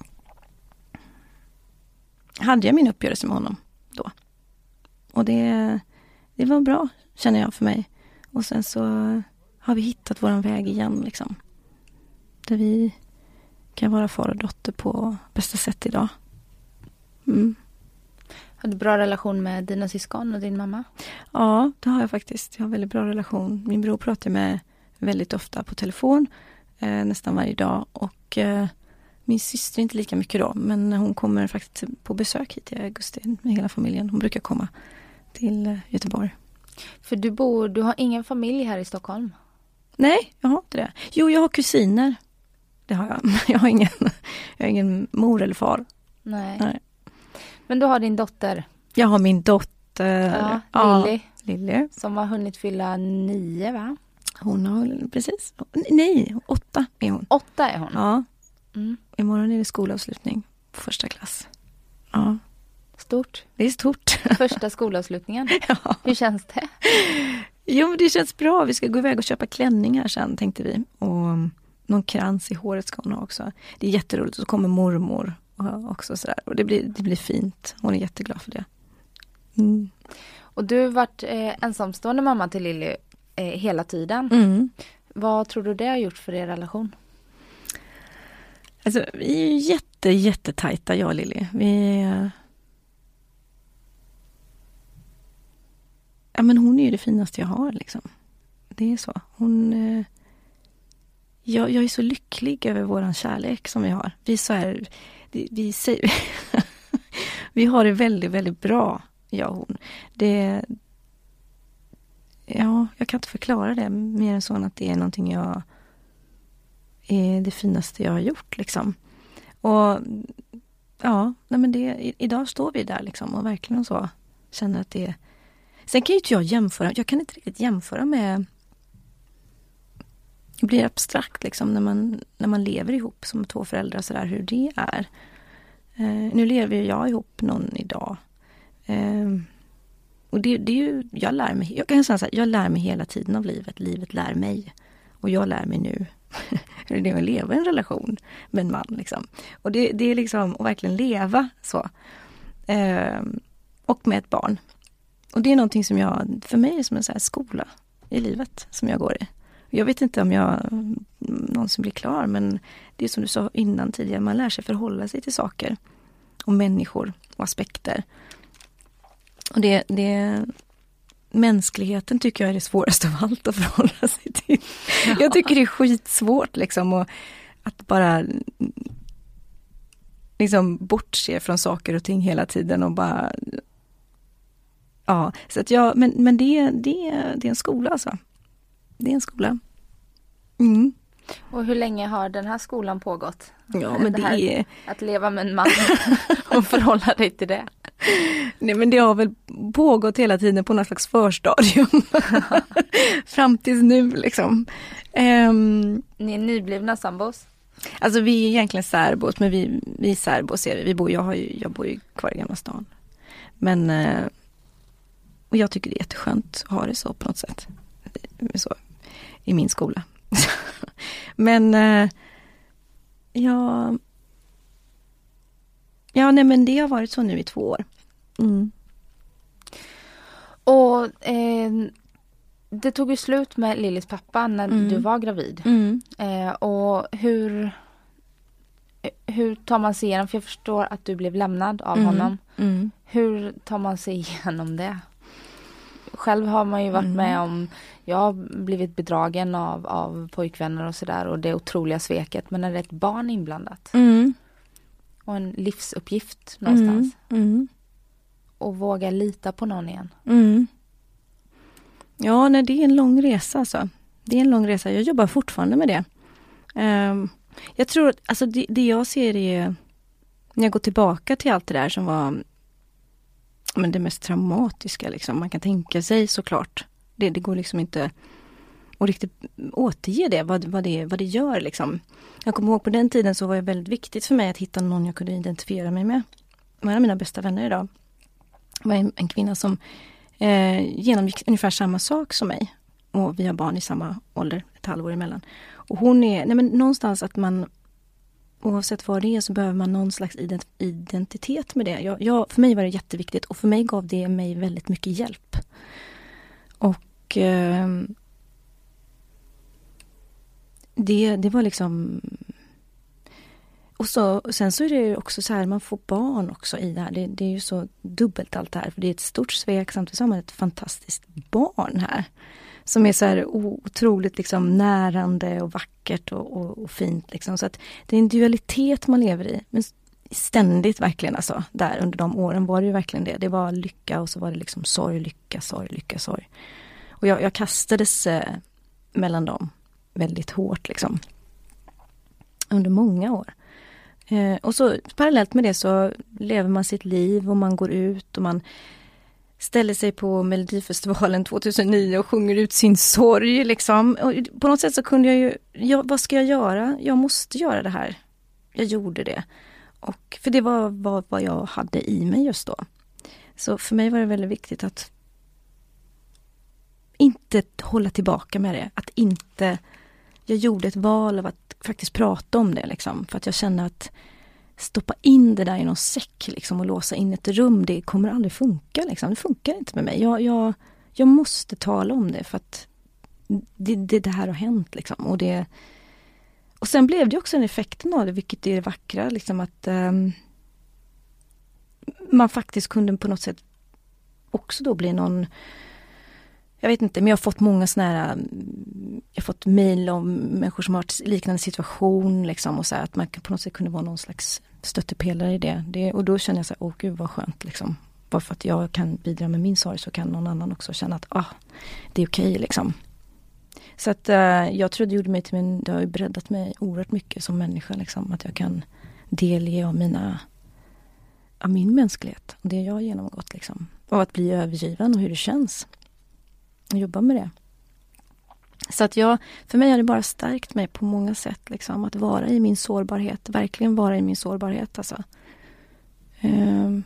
hade jag min uppgörelse med honom då. Och det, det var bra, känner jag för mig. Och sen så har vi hittat våran väg igen. Liksom. Där vi kan vara far och dotter på bästa sätt idag. Mm.
Har du bra relation med dina syskon och din mamma?
Ja, det har jag faktiskt. Jag har väldigt bra relation. Min bror pratar med väldigt ofta på telefon. Eh, nästan varje dag. Och eh, min syster är inte lika mycket då. Men hon kommer faktiskt på besök hit i augusti med hela familjen. Hon brukar komma till eh, Göteborg.
För du bor, du har ingen familj här i Stockholm?
Nej, jag har inte det. Jo, jag har kusiner. Det har jag. Jag har ingen, jag har ingen mor eller far.
Nej.
Nej.
Men du har din dotter?
Jag har min dotter.
Ja, Lilly.
Ja, Lilly.
Som har hunnit fylla nio, va?
Hon har, precis. Nej, åtta är hon.
Åtta är hon?
Ja.
Mm.
Imorgon är det skolavslutning på första klass. Ja.
Stort.
Det är stort.
Första skolavslutningen.
Ja.
Hur känns det?
Jo, men det känns bra. Vi ska gå iväg och köpa klänningar sen, tänkte vi. Och någon krans i håret ska hon ha också. Det är jätteroligt. Och så kommer mormor också sådär. Och det blir, det blir fint. Hon är jätteglad för det. Mm.
Och du har varit eh, ensamstående mamma till Lilly eh, hela tiden.
Mm.
Vad tror du det har gjort för er relation?
Alltså, vi är ju jätte, jättetajta, jag och Lilly. Vi... Ja, men hon är ju det finaste jag har, liksom. Det är så. Hon... Eh... Jag, jag är så lycklig över våran kärlek som vi har. Vi är så här... Vi, vi, säger... vi har det väldigt, väldigt bra, jag och hon. Det... Ja, jag kan inte förklara det mer än så att det är någonting jag... är det finaste jag har gjort, liksom. Och ja, nej men det, idag står vi där liksom och verkligen så känner att det... Sen kan ju inte jag jämföra, jag kan inte riktigt jämföra med... Det blir abstrakt liksom när man, när man lever ihop som två föräldrar så där, hur det är. Eh, nu lever jag ihop någon idag. Eh, och det, det är ju, jag lär mig, jag kan säga så här, jag lär mig hela tiden av livet, livet lär mig. Och jag lär mig nu hur det är att leva i en relation med en man liksom. Och det, det är liksom att verkligen leva så. Eh, och med ett barn. Och det är någonting som jag, för mig är som en så här skola i livet som jag går i. Jag vet inte om jag någonsin blir klar, men det är som du sa innan tidigare, man lär sig förhålla sig till saker och människor och aspekter. Och det, det mänskligheten tycker jag är det svåraste av allt att förhålla sig till. Ja. Jag tycker det är skitsvårt liksom och att bara liksom bortse från saker och ting hela tiden och bara ja, så att jag, men, men det, det, det är en skola alltså. Det är en skola. Mm.
Och hur länge har den här skolan pågått?
Ja, men det, det är...
Att leva med en man och förhålla dig till det.
Nej, men det har väl pågått hela tiden på något slags förstadium. Fram tills nu liksom. Um...
Ni är nyblivna sambos?
Alltså vi är egentligen särbos, men vi, vi är särbos. Vi bor, jag, har ju, jag bor ju kvar i Gamla stan. Men uh, och jag tycker det är jätteskönt att ha det så på något sätt. Så, i min skola. Men uh, ja, ja nej, men det har varit så nu i två år. Mm.
Och eh, det tog ju slut med Lillys pappa när mm. du var gravid.
Mm.
Eh, och hur hur tar man sig igenom? För jag förstår att du blev lämnad av
mm.
honom.
Mm.
Hur tar man sig igenom det? Själv har man ju varit mm. med om, jag har blivit bedragen av, av pojkvänner och sådär. Och det otroliga sveket. Men när det är ett barn inblandat.
Mm.
Och en livsuppgift någonstans.
Mm. Mm.
Och våga lita på någon igen.
Mm. Ja, nej, det är en lång resa alltså. Det är en lång resa. Jag jobbar fortfarande med det. Um, jag tror, alltså det, det jag ser är, när jag går tillbaka till allt det där som var men det mest traumatiska liksom, man kan tänka sig såklart. Det, det går liksom inte att riktigt återge det, vad, vad det, vad det gör liksom. Jag kommer ihåg på den tiden så var det väldigt viktigt för mig att hitta någon jag kunde identifiera mig med. En av mina bästa vänner idag var en, en kvinna som eh, genomgick ungefär samma sak som mig. Och vi har barn i samma ålder, ett halvår emellan. Och hon är, nej men någonstans att man, oavsett vad det är så behöver man någon slags ident- identitet med det. Jag, jag, för mig var det jätteviktigt och för mig gav det mig väldigt mycket hjälp. Och eh, det, det var liksom... Och så, sen så är det ju också så här, man får barn också i det här. Det, det är ju så dubbelt allt det här. För det är ett stort svek samtidigt som man ett fantastiskt barn här. Som är så här otroligt liksom närande och vackert och, och, och fint. Liksom. Så att det är en dualitet man lever i. Men ständigt verkligen alltså. Där under de åren var det ju verkligen det. Det var lycka och så var det liksom sorg, lycka, sorg, lycka, sorg. Och jag, jag kastades eh, mellan dem väldigt hårt liksom. Under många år. Eh, och så parallellt med det så lever man sitt liv och man går ut och man ställer sig på Melodifestivalen tjugohundranio och sjunger ut sin sorg liksom. Och på något sätt så kunde jag ju, ja, vad ska jag göra? Jag måste göra det här. Jag gjorde det. Och, för det var vad, vad jag hade i mig just då. Så för mig var det väldigt viktigt att inte hålla tillbaka med det. Att inte, jag gjorde ett val av att faktiskt prata om det liksom. För att jag känner att stoppa in det där i någon säck liksom, och låsa in ett rum, det kommer aldrig funka liksom. Det funkar inte med mig. Jag, jag, jag måste tala om det för att det, det, det här har hänt liksom. Och, det, och sen blev det också en effekten av det, vilket är det vackra liksom, att um, man faktiskt kunde på något sätt också då bli någon, jag vet inte, men jag har fått många såna här, jag har fått mejl om människor som har varit i liknande situation liksom, och så här, att man på något sätt kunde vara någon slags stöttepelare i det. det och då känner jag så här, åh gud vad skönt liksom. Bara för att jag kan bidra med min sorg så kan någon annan också känna att ah, det är okej liksom. Så att uh, jag tror det gjorde mig till min, det har ju breddat mig oerhört mycket som människa liksom, att jag kan delge av mina, av min mänsklighet och det jag har genomgått liksom. Och att bli övergiven och hur det känns. Och jobba med det. Så att jag, för mig har det bara stärkt mig på många sätt liksom, att vara i min sårbarhet, verkligen vara i min sårbarhet alltså. Um,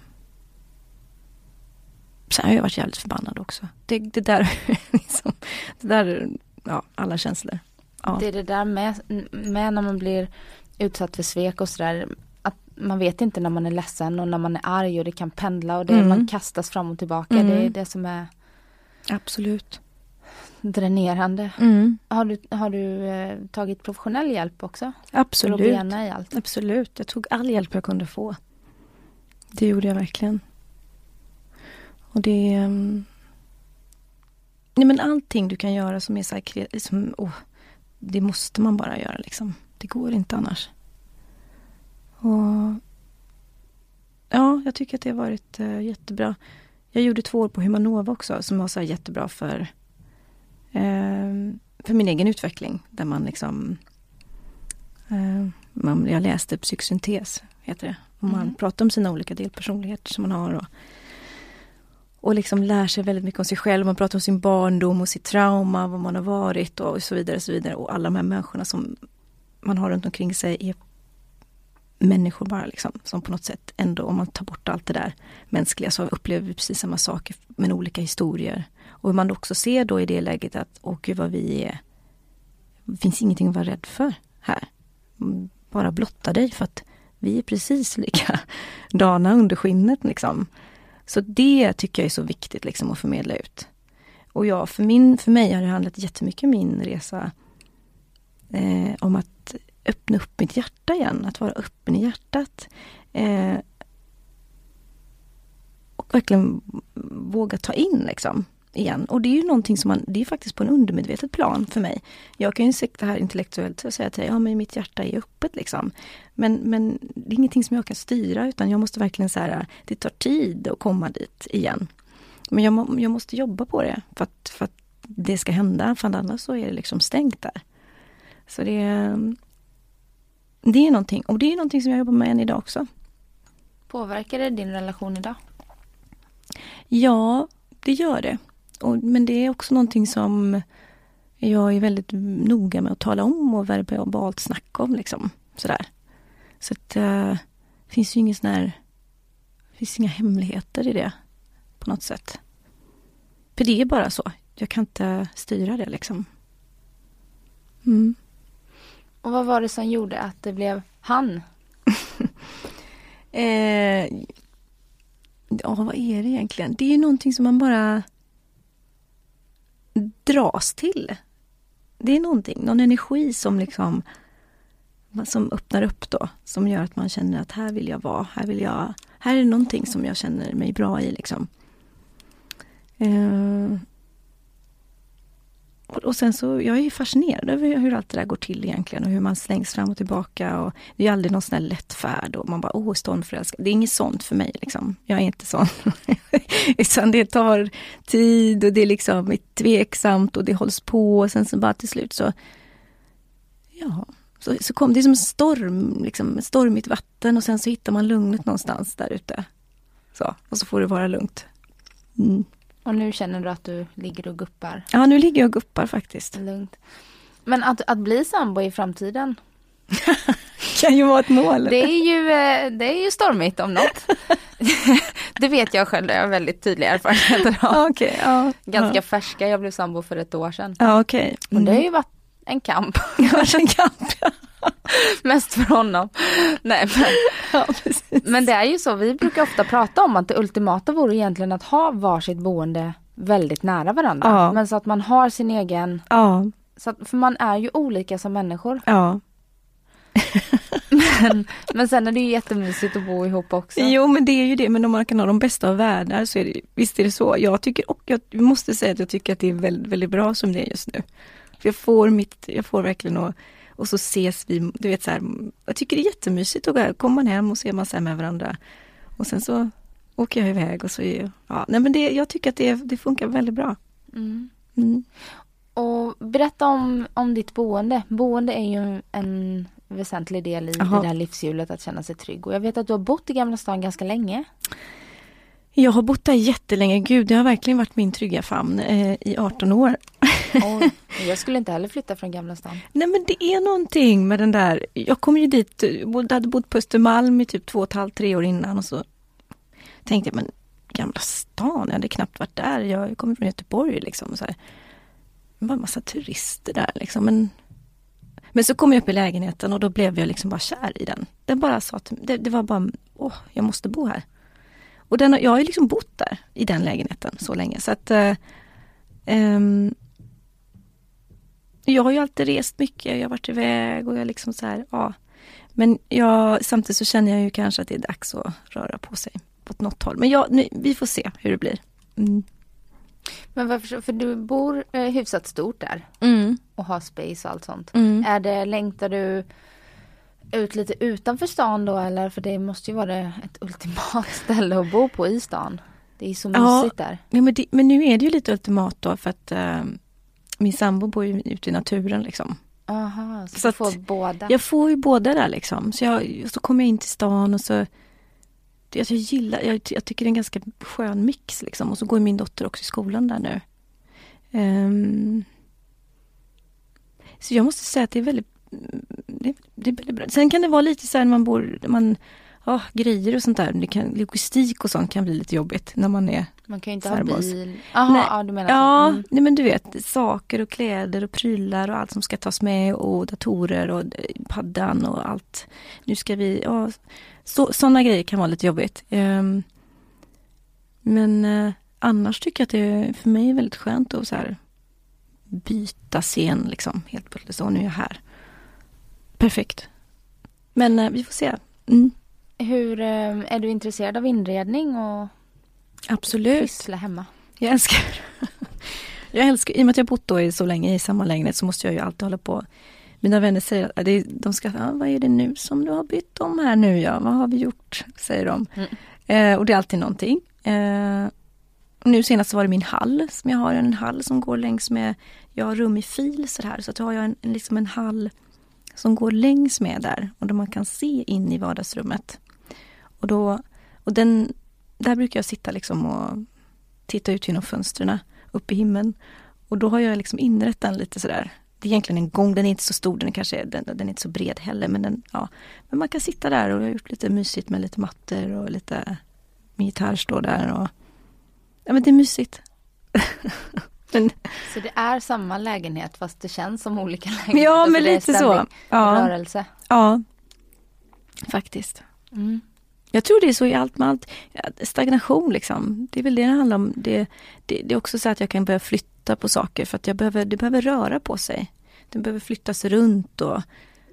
sen har jag varit jävligt förbannad också. Det, det där liksom, det där, ja, alla känslor. Ja.
Det är det där med, med när man blir utsatt för svek och sådär, att man vet inte när man är ledsen och när man är arg och det kan pendla och det, mm. man kastas fram och tillbaka. Mm. Det är det som är
absolut
dränerande.
Mm.
Har du, har du eh, tagit professionell hjälp också?
Absolut.
För att bena i allt?
Absolut. Jag tog all hjälp jag kunde få. Det gjorde jag verkligen. Och det... Um... Nej, men allting du kan göra som är så här... Liksom, oh, det måste man bara göra liksom. Det går inte annars. Och... Ja, jag tycker att det har varit uh, jättebra. Jag gjorde två år på Humanova också som var så här jättebra för, eh, för min egen utveckling. Där man liksom, eh, man, jag läste psyksyntes heter det. Och man mm. pratar om sina olika delpersonligheter som man har. Och, och liksom lär sig väldigt mycket om sig själv. Man pratar om sin barndom och sitt trauma, vad man har varit och så vidare. Och, så vidare. Och alla de här människorna som man har runt omkring sig är människor bara liksom, som på något sätt ändå, om man tar bort allt det där mänskliga, så upplever vi precis samma saker med olika historier. Och man också ser då i det läget att, åh gud vad vi är, det finns ingenting att vara rädd för här. Bara blotta dig för att vi är precis lika dana under skinnet liksom. Så det tycker jag är så viktigt liksom att förmedla ut. Och ja, för, min, för mig har det handlat jättemycket min resa eh, om att öppna upp mitt hjärta igen. Att vara öppen i hjärtat. Eh, och verkligen våga ta in liksom igen. Och det är ju någonting som man, det är faktiskt på en undermedvetet plan för mig. Jag kan ju sitta här intellektuellt och säga till ja men mitt hjärta är öppet liksom. Men, men det är ingenting som jag kan styra, utan jag måste verkligen så här, det tar tid att komma dit igen. Men jag, må, jag måste jobba på det för att, för att det ska hända, för annars så är det liksom stängt där. Så det, det är någonting, och det är någonting som jag jobbar med än idag också.
Påverkar det din relation idag?
Ja, det gör det. Och, men det är också någonting som jag är väldigt noga med att tala om och verbalt snacka om liksom, sådär. Så att uh, det finns ju ingen sån här, det finns inga hemligheter i det på något sätt. För det är bara så. Jag kan inte styra det liksom. Mm.
Och vad var det som gjorde att det blev han?
eh, ja, vad är det egentligen? Det är ju någonting som man bara dras till. Det är någonting, någon energi som liksom som öppnar upp då, som gör att man känner att här vill jag vara, här vill jag, här är någonting som jag känner mig bra i liksom. Eh, och, och sen så, jag är ju fascinerad över hur allt det där går till egentligen och hur man slängs fram och tillbaka, och det är aldrig någon sån här lätt färd och man bara, åh, stormförälskad. Det är inget sånt för mig liksom. Jag är inte sån. Utan det tar tid och det är liksom tveksamt och det hålls på, och sen så bara till slut så ja, så, så kom det som en storm, liksom ett stormigt vatten, och sen så hittar man lugnet någonstans där ute. Så, och så får det vara lugnt. Mm.
Och nu känner du att du ligger och guppar?
Ja, nu ligger jag och guppar faktiskt.
Lugnt. Men att, att bli sambo i framtiden?
Kan ju vara ett mål.
Det är ju, det är ju stormigt om något. Det vet jag själv, jag har väldigt tydliga erfarenheter av.
Okay, ja,
Ganska
ja.
färska, jag blev sambo för ett år sedan.
Ja, okej. Okay.
Mm. Och det har ju varit en kamp.
Det har varit en kamp, ja.
Mest för honom. Nej, men,
ja,
men det är ju så, vi brukar ofta prata om att det ultimata vore egentligen att ha varsitt boende väldigt nära varandra.
Ja.
Men så att man har sin egen...
Ja.
Så att, för man är ju olika som människor.
Ja.
men, men sen är det ju jättemysigt att bo ihop också.
Jo, men det är ju det. Men om man kan ha de bästa av världar så är det, visst är det så. Jag tycker, och jag måste säga att jag tycker att det är väldigt, väldigt bra som det är just nu. För jag får mitt, jag får verkligen och, och så ses vi, du vet så här, jag tycker det är jättemysigt att komma hem och se man så här med varandra. Och sen så åker jag iväg och så är ja, nej men det, jag tycker att det, det funkar väldigt bra.
Mm.
Mm.
Och berätta om, om ditt boende. Boende är ju en väsentlig del i, i det här livshjulet, att känna sig trygg. Och jag vet att du har bott i Gamla stan ganska länge.
Jag har bott där jättelänge. Gud, det har verkligen varit min trygga famn eh, i arton år.
Oj, jag skulle inte heller flytta från Gamla stan.
Nej, men det är någonting med den där. Jag kom ju dit, jag hade bott på Östermalm i typ två och ett halvt, tre år innan. Och så tänkte jag, men Gamla stan, jag hade knappt varit där. Jag kommer från Göteborg liksom. Så här. Det var en massa turister där liksom. Men, men så kom jag upp i lägenheten och då blev jag liksom bara kär i den. Den bara sa att det, det var bara, åh, jag måste bo här. Och den, jag har ju liksom bott där i den lägenheten så länge. Så att eh, um, jag har ju alltid rest mycket. Jag har varit iväg och jag liksom så här, ja. Men jag, samtidigt så känner jag ju kanske att det är dags att röra på sig på något håll. Men jag, nu, vi får se hur det blir. Mm.
Men varför, för du bor eh, hyfsat stort där.
Mm.
Och har space och allt sånt.
Mm.
Är det, längtar du ut lite utanför stan då? Eller för det måste ju vara ett ultimat ställe att bo på i stan. Det är så mysigt
ja,
där.
Ja, men, det, men nu är det ju lite ultimat då. För att uh, min sambo bor ju ute i naturen liksom.
Aha, så,
så
du får båda.
Jag får ju båda där liksom. Så, jag, så kommer jag in till stan och så... Jag, jag gillar, jag, jag tycker det är en ganska skön mix liksom. Och så går min dotter också i skolan där nu. Um, så jag måste säga att det är väldigt... Det, det är väldigt bra. Sen kan det vara lite så här när man bor... Man, oh, grejer och sånt där. Det kan, logistik och sånt kan bli lite jobbigt när man är...
Man kan ju inte
särbos.
ha bil. Aha,
nej,
ja, du menar
ja,
så. Mm.
nej, men du vet, saker och kläder och prylar och allt som ska tas med och datorer och paddan och allt. Nu ska vi, ja, så, sådana grejer kan vara lite jobbigt. Um, men uh, annars tycker jag att det för mig är väldigt skönt att så här byta scen liksom, helt plötsligt. Så nu är jag här. perfekt. Men eh, vi får se. Mm.
Hur eh, är du intresserad av inredning och
Absolut.
pyssla hemma?
Jag älskar Jag älskar, i och med att jag bott då i så länge i samma lägenhet så måste jag ju alltid hålla på. Mina vänner säger att det, de ska ah, vad är det nu som du har bytt om här nu? Ja, vad har vi gjort? Säger de. Mm. Eh, och det är alltid någonting. Eh, nu senast var det min hall som jag har. En hall som går längs med, jag har rum i fil så här. Så att har jag en, en, liksom en hall som går längs med där. Och då man kan se in i vardagsrummet. Och då, och den, där brukar jag sitta liksom och titta ut genom fönstren upp i himlen. Och då har jag liksom inrett den lite sådär. Det är egentligen en gång, den är inte så stor, den är kanske den, den är inte så bred heller. Men, den, ja. men man kan sitta där och jag har gjort lite mysigt med lite mattor och lite, min gitarr står där. Och, ja men det är mysigt. men,
så det är samma lägenhet fast det känns som olika lägenheter?
Ja men lite så. Ja.
Rörelse?
Ja, faktiskt. Mm. Jag tror det är så i allt med allt. Stagnation liksom. Det är väl det det handlar om. Det, det, det är också så att jag kan börja flytta på saker. För att jag behöver, det behöver röra på sig. Det behöver flyttas runt. Och,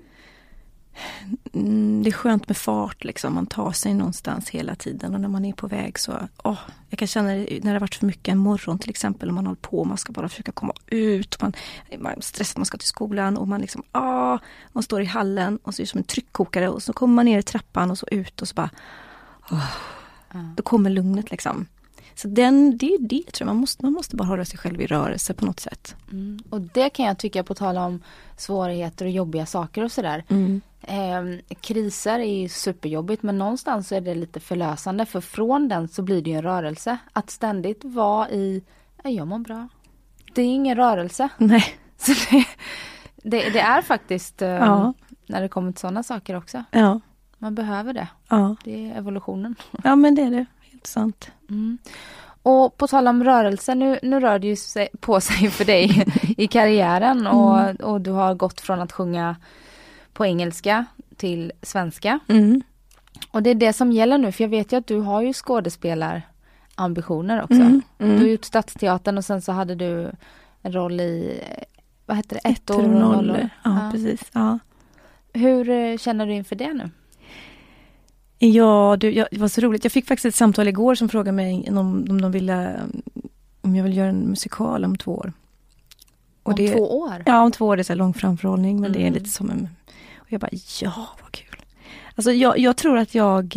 mm, det är skönt med fart liksom. Man tar sig någonstans hela tiden. Och när man är på väg så... Oh, jag kan känna när det har varit för mycket en morgon till exempel. Och man håller på. Man ska bara försöka komma ut. Man, man stressar, man ska till skolan. Och man liksom... Oh, man står i hallen. Och så är det som en tryckkokare. Och så kommer man ner i trappan och så ut. Och så bara... Oh, mm. Då kommer lugnet liksom. Så den, det är det tror jag. Man måste, man måste bara hålla sig själv i rörelse på något sätt.
Mm. Och det kan jag tycka på tala om svårigheter och jobbiga saker och sådär. Mm. Eh, kriser är ju superjobbigt men någonstans så är det lite förlösande. För från den så blir det ju en rörelse. Att ständigt vara i, jag mår bra. Det är ingen rörelse.
Nej.
Så det, det, det är faktiskt eh, ja. När det kommer till sådana saker också.
Ja.
Man behöver det.
Ja.
Det är evolutionen.
Ja men det är det. Helt sant.
Mm. Och på tal om rörelse, nu, nu rör det ju sig, på sig för dig i karriären och, mm. och du har gått från att sjunga på engelska till svenska. Mm. Och det är det som gäller nu, för jag vet ju att du har ju skådespelarambitioner också. Mm. Mm. Du har gjort Stadsteatern och sen så hade du en roll i, vad heter det? Ett år och noll år.
Ja, ja, precis. Ja.
Hur känner du inför det nu?
Ja, du, jag, det var så roligt. Jag fick faktiskt ett samtal igår som frågade mig om, om de ville, om jag vill göra en musikal om två år.
Och om det, två år?
Ja, om två år. Det är så här lång framförhållning, men mm. det är lite som en... Och jag bara, ja, vad kul. Alltså, jag, jag tror att jag...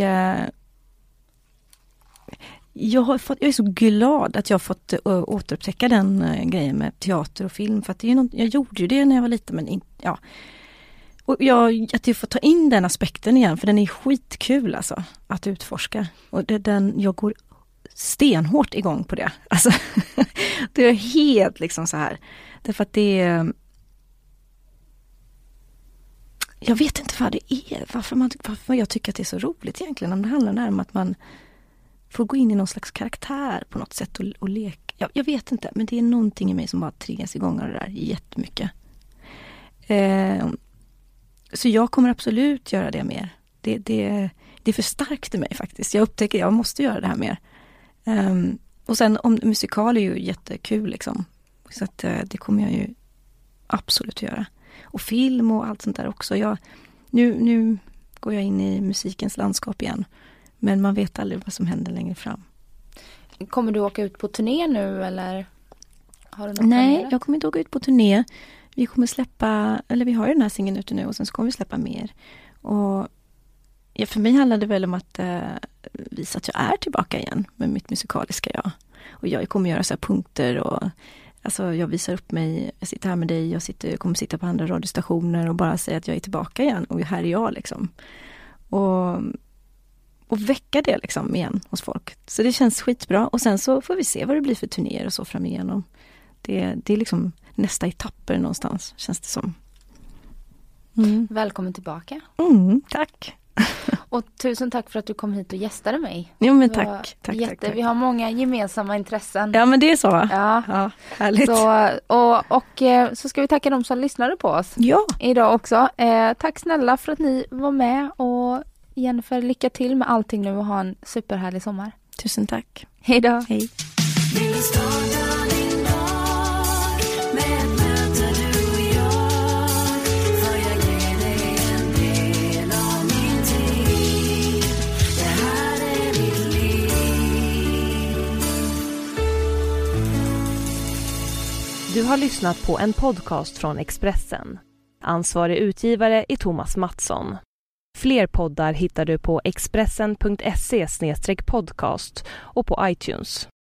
Jag, har fått, jag är så glad att jag har fått uh, återupptäcka den uh, grejen med teater och film. För att det är något, jag gjorde ju det när jag var liten, men in, ja... Och jag, att jag får ta in den aspekten igen, för den är skitkul alltså, att utforska. Och det, den, jag går stenhårt igång på det. Alltså, det är helt liksom så här. Därför att det är... Jag vet inte vad det är, varför, man, varför jag tycker att det är så roligt egentligen. Om det handlar om att man får gå in i någon slags karaktär på något sätt och, och leka. Jag, jag vet inte, men det är någonting i mig som bara triggas igång av det där jättemycket. Eh, Så jag kommer absolut göra det mer. Det, det, det förstärkte mig faktiskt. Jag upptäcker att jag måste göra det här mer. Um, och sen om musikal är ju jättekul liksom. Så att uh, det kommer jag ju absolut göra. Och film och allt sånt där också. Jag, nu, nu går jag in i musikens landskap igen. Men man vet aldrig vad som händer längre fram.
Kommer du åka ut på turné nu eller har du något
Nej,
planerat?
Jag kommer inte åka ut på turné. Vi kommer släppa, eller vi har ju den här singeln ute nu och sen så kommer vi släppa mer. Och ja, för mig handlar det väl om att eh, visa att jag är tillbaka igen med mitt musikaliska jag. Och jag kommer göra så här punkter och alltså jag visar upp mig, jag sitter här med dig, jag sitter, kommer sitta på andra radiostationer och bara säga att jag är tillbaka igen och här är jag liksom. Och, och väcka det liksom igen hos folk. Så det känns skitbra och sen så får vi se vad det blir för turnéer och så fram igenom. Det, det är liksom nästa etapper någonstans, känns det som.
Mm. Välkommen tillbaka.
Mm, tack.
Och tusen tack för att du kom hit och gästade mig.
Jo men tack. Tack,
jätte,
tack, tack.
Vi har många gemensamma intressen.
Ja men det är så.
Ja,
ja härligt.
Så, och, och så ska vi tacka dem som lyssnade på oss.
Ja.
Idag också. Eh, tack snälla för att ni var med och Jennifer, lycka till med allting nu och ha en superhärlig sommar.
Tusen tack.
Hej då.
Hej.
har lyssnat på en podcast från Expressen. Ansvarig utgivare är Thomas Mattsson. Fler poddar hittar du på expressen punkt se slash podcast och på iTunes.